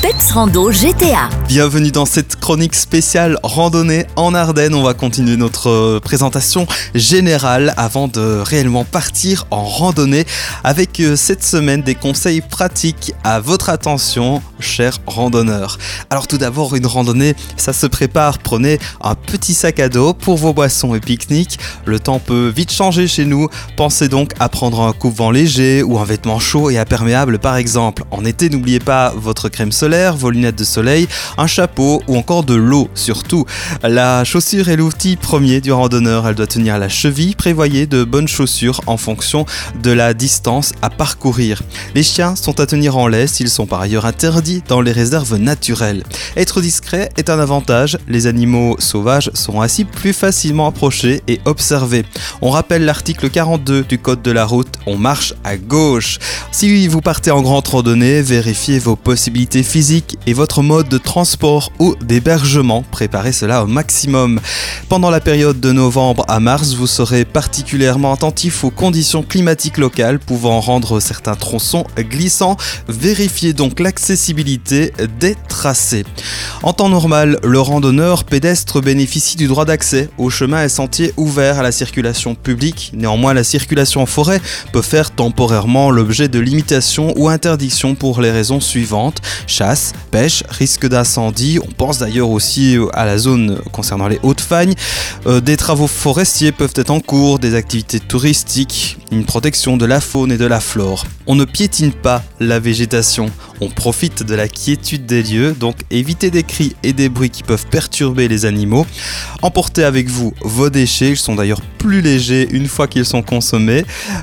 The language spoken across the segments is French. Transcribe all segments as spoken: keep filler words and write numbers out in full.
Peps Rando G T A. Bienvenue dans cette chronique spéciale randonnée en Ardennes. On va continuer notre présentation générale avant de réellement partir en randonnée avec cette semaine des conseils pratiques à votre attention, chers randonneurs. Alors tout d'abord, une randonnée, ça se prépare. Prenez un petit sac à dos pour vos boissons et pique-nique. Le temps peut vite changer chez nous. Pensez donc à prendre un coupe-vent léger ou un vêtement chaud et imperméable par exemple. En été, n'oubliez pas votre crème solaire, vos lunettes de soleil, un chapeau ou encore de l'eau surtout. La chaussure est l'outil premier du randonneur. Elle doit tenir à la cheville. Prévoyez de bonnes chaussures en fonction de la distance à parcourir. Les chiens sont à tenir en laisse. Ils sont par ailleurs interdits dans les réserves naturelles. Être discret est un avantage. Les animaux sauvages sont ainsi plus facilement approchés et observés. On rappelle l'article quarante-deux du code de la route. On marche à gauche. Si vous partez en grande randonnée, vérifiez vos possibilités physiques et votre mode de transport ou d'hébergement. Préparez cela au maximum. Pendant la période de novembre à mars, vous serez particulièrement attentif aux conditions climatiques locales pouvant rendre certains tronçons glissants. Vérifiez donc l'accessibilité des tracés. En temps normal, le randonneur pédestre bénéficie du droit d'accès aux chemins et sentiers ouverts à la circulation publique. Néanmoins, la circulation en forêt peut faire temporairement l'objet de limitations ou interdictions pour les raisons suivantes: chasse, pêche, risque d'incendie. On pense d'ailleurs aussi à la zone concernant les Hauts-de-Fagne. Euh, des travaux forestiers peuvent être en cours, des activités touristiques, une protection de la faune et de la flore. On ne piétine pas la végétation, on profite de la quiétude des lieux, donc évitez des cris et des bruits qui peuvent perturber les animaux. Emportez avec vous vos déchets, ils sont d'ailleurs plus légers une fois qu'ils sont consommés.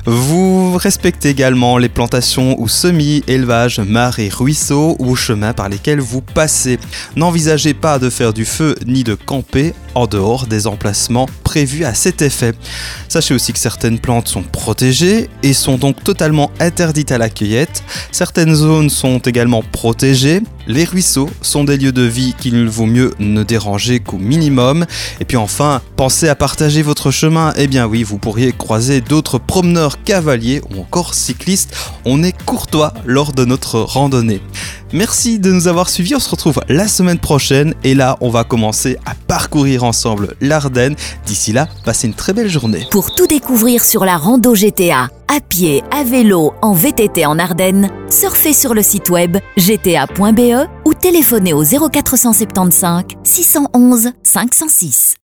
Vous respectez également les plantations ou semis, élevages, mares et ruisseaux ou chemins par lesquels vous passez. N'envisagez pas de faire du feu ni de camper en dehors des emplacements prévus à cet effet. Sachez aussi que certaines plantes sont protégées et sont donc totalement interdites à la cueillette. Certaines zones sont également protégées. Les ruisseaux sont des lieux de vie qu'il vaut mieux ne déranger qu'au minimum. Et puis enfin, pensez à partager votre chemin. Eh bien oui, vous pourriez croiser d'autres promeneurs cavaliers ou encore cyclistes. On est courtois lors de notre randonnée. Merci de nous avoir suivis, on se retrouve la semaine prochaine et là on va commencer à parcourir ensemble l'Ardenne. D'ici là, passez une très belle journée. Pour tout découvrir sur la Rando G T A, à pied, à vélo, en V T T en Ardennes, surfez sur le site web g t a point b e ou téléphonez au zéro quatre cent soixante-quinze six cent onze cinq cent six.